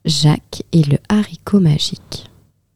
Jacques et le haricot magique.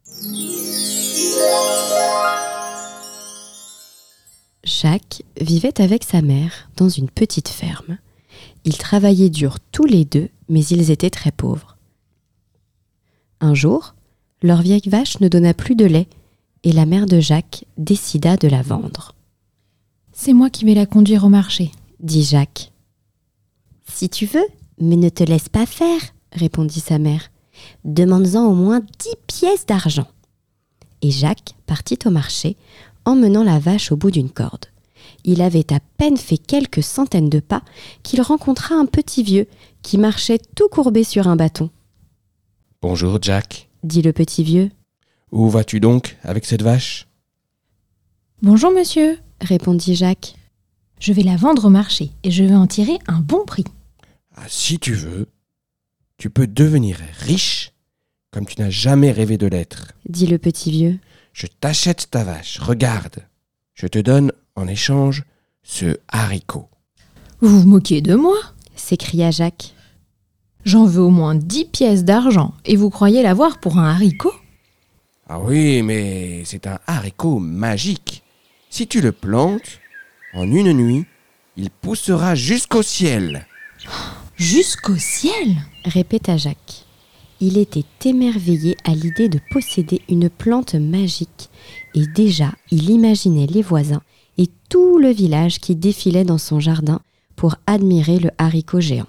Jacques vivait avec sa mère dans une petite ferme. Ils travaillaient dur tous les deux, mais ils étaient très pauvres. Un jour, leur vieille vache ne donna plus de lait et la mère de Jacques décida de la vendre. « C'est moi qui vais la conduire au marché, » dit Jacques. « Si tu veux, mais ne te laisse pas faire, » répondit sa mère. « Demande-en au moins 10 pièces d'argent. » Et Jacques partit au marché, emmenant la vache au bout d'une corde. Il avait à peine fait quelques centaines de pas qu'il rencontra un petit vieux qui marchait tout courbé sur un bâton. « Bonjour, Jack, » dit le petit vieux. « Où vas-tu donc avec cette vache ?»« Bonjour, monsieur, » répondit Jacques. « Je vais la vendre au marché et je vais en tirer un bon prix. »« Ah, si tu veux, tu peux devenir riche comme tu n'as jamais rêvé de l'être, » dit le petit vieux. « Je t'achète ta vache, regarde, je te donne en échange ce haricot. » « Vous vous moquez de moi ?» s'écria Jacques. « J'en veux au moins 10 pièces d'argent et vous croyez l'avoir pour un haricot ?»« Ah oui, mais c'est un haricot magique. Si tu le plantes, en une nuit, il poussera jusqu'au ciel. » « Jusqu'au ciel ?» répéta Jacques. Il était émerveillé à l'idée de posséder une plante magique et déjà il imaginait les voisins et tout le village qui défilait dans son jardin pour admirer le haricot géant.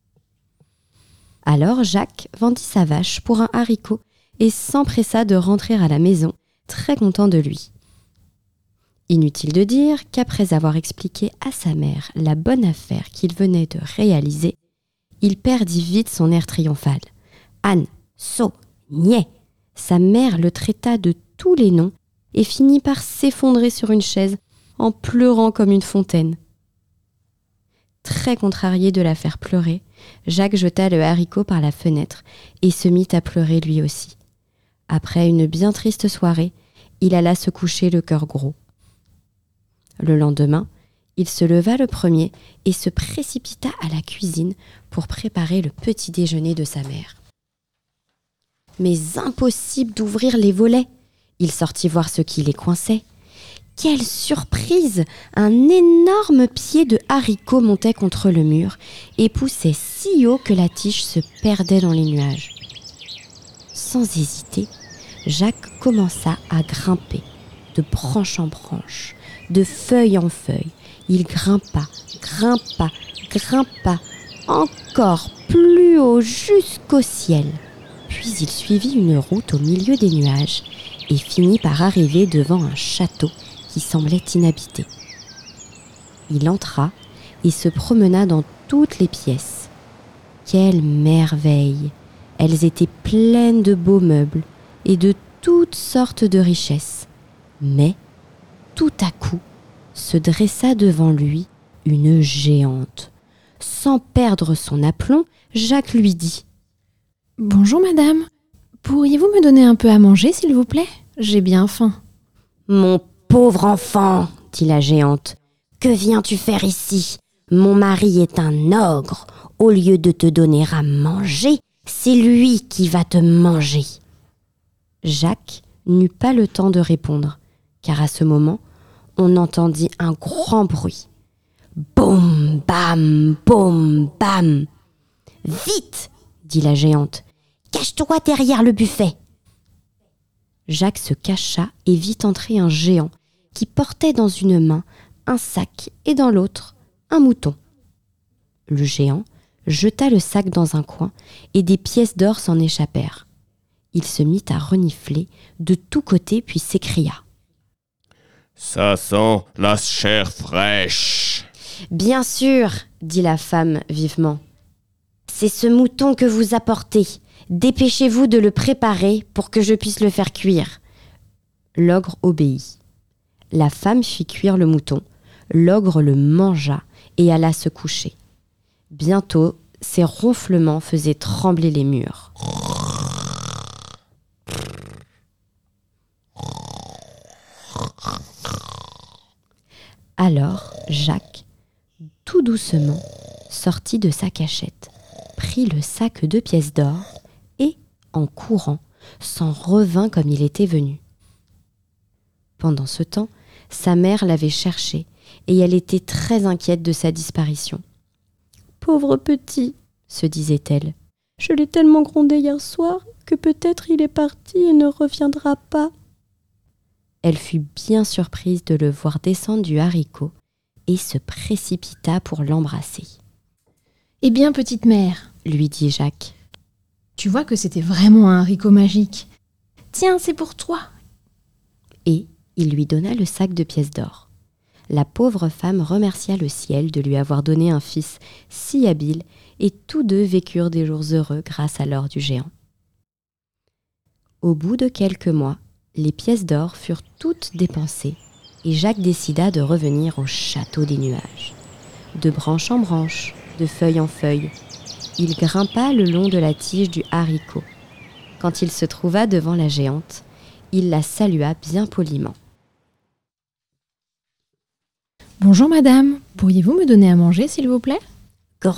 Alors Jacques vendit sa vache pour un haricot et s'empressa de rentrer à la maison, très content de lui. Inutile de dire qu'après avoir expliqué à sa mère la bonne affaire qu'il venait de réaliser, il perdit vite son air triomphal. Anne, So, Niais. Sa mère le traita de tous les noms et finit par s'effondrer sur une chaise en pleurant comme une fontaine. Très contrarié de la faire pleurer, Jacques jeta le haricot par la fenêtre et se mit à pleurer lui aussi. Après une bien triste soirée, il alla se coucher le cœur gros. Le lendemain, il se leva le premier et se précipita à la cuisine pour préparer le petit déjeuner de sa mère. Mais impossible d'ouvrir les volets. Il sortit voir ce qui les coinçait. Quelle surprise! Un énorme pied de haricot montait contre le mur et poussait si haut que la tige se perdait dans les nuages. Sans hésiter, Jacques commença à grimper, de branche en branche, de feuille en feuille. Il grimpa, encore plus haut jusqu'au ciel. Puis il suivit une route au milieu des nuages et finit par arriver devant un château qui semblait inhabité. Il entra et se promena dans toutes les pièces. Quelle merveille! Elles étaient pleines de beaux meubles et de toutes sortes de richesses. Mais, tout à coup, se dressa devant lui une géante. Sans perdre son aplomb, Jacques lui dit : « Bonjour madame, pourriez-vous me donner un peu à manger s'il vous plaît ? J'ai bien faim. »« Mon pauvre enfant, dit la géante, que viens-tu faire ici ? Mon mari est un ogre. Au lieu de te donner à manger, c'est lui qui va te manger. » Jacques n'eut pas le temps de répondre, car à ce moment, on entendit un grand bruit. Boum, bam, boum, bam. « Vite !» dit la géante. « Cache-toi derrière le buffet. » Jacques se cacha et vit entrer un géant qui portait dans une main un sac et dans l'autre un mouton. Le géant jeta le sac dans un coin et des pièces d'or s'en échappèrent. Il se mit à renifler de tous côtés puis s'écria : « Ça sent la chair fraîche. » « Bien sûr, dit la femme vivement. C'est ce mouton que vous apportez. Dépêchez-vous de le préparer pour que je puisse le faire cuire. » L'ogre obéit. La femme fit cuire le mouton. L'ogre le mangea et alla se coucher. Bientôt, ses ronflements faisaient trembler les murs. Alors, Jacques, tout doucement, sortit de sa cachette, prit le sac de pièces d'or et, en courant, s'en revint comme il était venu. Pendant ce temps, sa mère l'avait cherché et elle était très inquiète de sa disparition. « Pauvre petit !» se disait-elle. « Je l'ai tellement grondé hier soir que peut-être il est parti et ne reviendra pas. » Elle fut bien surprise de le voir descendre du haricot et se précipita pour l'embrasser. « Eh bien, petite mère, lui dit Jacques. Tu vois que c'était vraiment un haricot magique. Tiens, c'est pour toi. » Et il lui donna le sac de pièces d'or. La pauvre femme remercia le ciel de lui avoir donné un fils si habile et tous deux vécurent des jours heureux grâce à l'or du géant. Au bout de quelques mois, les pièces d'or furent toutes dépensées et Jacques décida de revenir au château des nuages. De branche en branche, de feuille en feuille, il grimpa le long de la tige du haricot. Quand il se trouva devant la géante, il la salua bien poliment. « Bonjour madame, pourriez-vous me donner à manger s'il vous plaît ?»« Gredin !»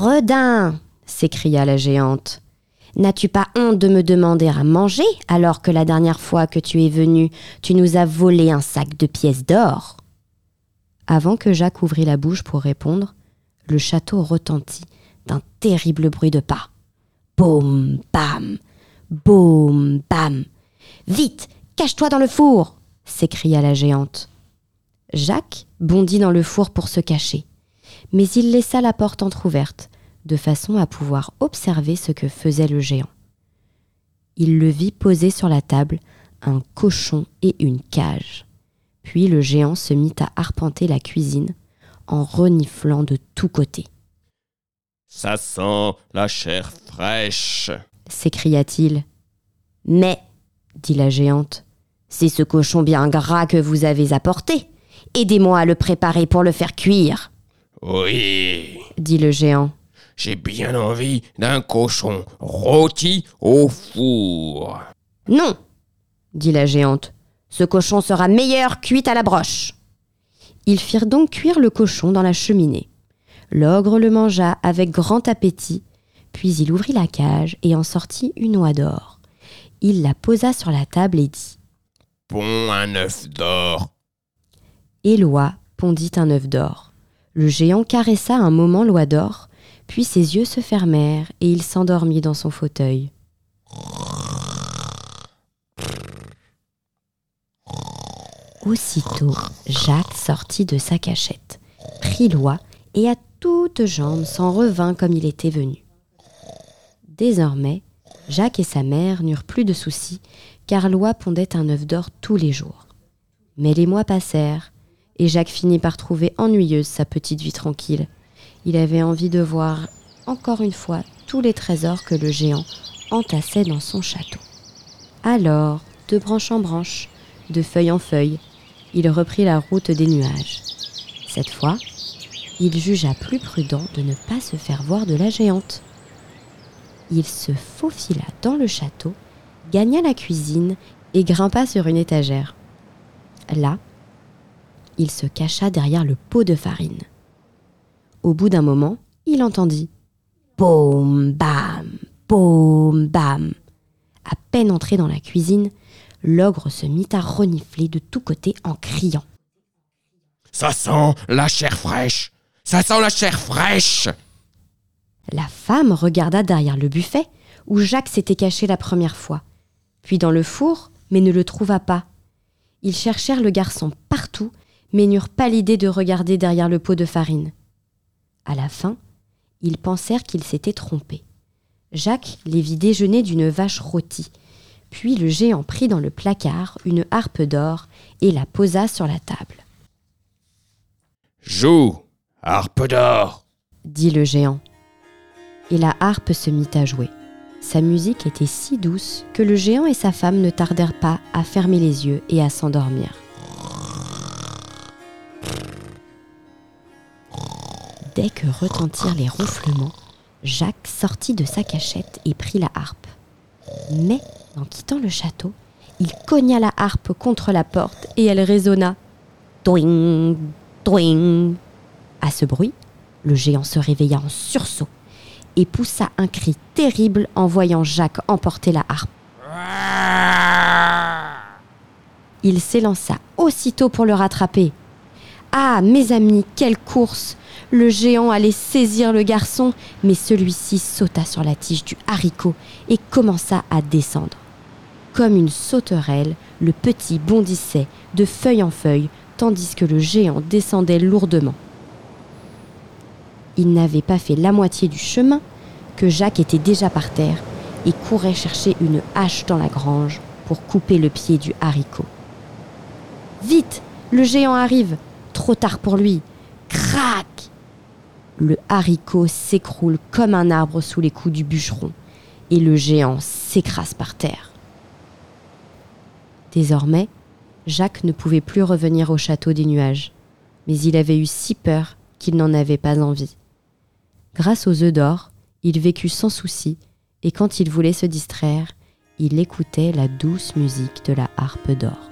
s'écria la géante. « N'as-tu pas honte de me demander à manger alors que la dernière fois que tu es venu, tu nous as volé un sac de pièces d'or ?» Avant que Jacques ouvrît la bouche pour répondre, le château retentit d'un terrible bruit de pas. Boum, bam, boum, bam. « Vite, cache-toi dans le four !» s'écria la géante. Jacques bondit dans le four pour se cacher, mais il laissa la porte entr'ouverte, de façon à pouvoir observer ce que faisait le géant. Il le vit poser sur la table un cochon et une cage. Puis le géant se mit à arpenter la cuisine en reniflant de tous côtés. « Ça sent la chair fraîche !» s'écria-t-il. « Mais, dit la géante, c'est ce cochon bien gras que vous avez apporté. Aidez-moi à le préparer pour le faire cuire. » « Oui, dit le géant. J'ai bien envie d'un cochon rôti au four. »« Non, dit la géante. Ce cochon sera meilleur cuit à la broche. » Ils firent donc cuire le cochon dans la cheminée. L'ogre le mangea avec grand appétit, puis il ouvrit la cage et en sortit une oie d'or. Il la posa sur la table et dit « Ponds un œuf d'or. » Et l'oie pondit un œuf d'or. Le géant caressa un moment l'oie d'or, puis ses yeux se fermèrent et il s'endormit dans son fauteuil. Aussitôt, Jacques sortit de sa cachette, prit l'oie et à toutes jambes s'en revint comme il était venu. Désormais, Jacques et sa mère n'eurent plus de soucis, car l'oie pondait un œuf d'or tous les jours. Mais les mois passèrent, et Jacques finit par trouver ennuyeuse sa petite vie tranquille. Il avait envie de voir, encore une fois, tous les trésors que le géant entassait dans son château. Alors, de branche en branche, de feuille en feuille, il reprit la route des nuages. Cette fois, il jugea plus prudent de ne pas se faire voir de la géante. Il se faufila dans le château, gagna la cuisine et grimpa sur une étagère. Là, il se cacha derrière le pot de farine. Au bout d'un moment, il entendit « Boum, bam, boum, bam !» À peine entré dans la cuisine, l'ogre se mit à renifler de tous côtés en criant « Ça sent la chair fraîche! Ça sent la chair fraîche !» La femme regarda derrière le buffet où Jacques s'était caché la première fois, puis dans le four, mais ne le trouva pas. Ils cherchèrent le garçon partout, mais n'eurent pas l'idée de regarder derrière le pot de farine. À la fin, ils pensèrent qu'ils s'étaient trompés. Jacques les vit déjeuner d'une vache rôtie, puis le géant prit dans le placard une harpe d'or et la posa sur la table. « Joue, harpe d'or !» dit le géant. Et la harpe se mit à jouer. Sa musique était si douce que le géant et sa femme ne tardèrent pas à fermer les yeux et à s'endormir. Dès que retentirent les ronflements, Jacques sortit de sa cachette et prit la harpe. Mais, en quittant le château, il cogna la harpe contre la porte et elle résonna. Toing, toing. À ce bruit, le géant se réveilla en sursaut et poussa un cri terrible en voyant Jacques emporter la harpe. Il s'élança aussitôt pour le rattraper. Ah, mes amis, quelle course! Le géant allait saisir le garçon, mais celui-ci sauta sur la tige du haricot et commença à descendre. Comme une sauterelle, le petit bondissait de feuille en feuille, tandis que le géant descendait lourdement. Il n'avait pas fait la moitié du chemin que Jacques était déjà par terre et courait chercher une hache dans la grange pour couper le pied du haricot. « Vite, le géant arrive ! Trop tard pour lui ! Crac !» Le haricot s'écroule comme un arbre sous les coups du bûcheron et le géant s'écrase par terre. Désormais, Jacques ne pouvait plus revenir au château des nuages, mais il avait eu si peur qu'il n'en avait pas envie. Grâce aux œufs d'or, il vécut sans souci et quand il voulait se distraire, il écoutait la douce musique de la harpe d'or.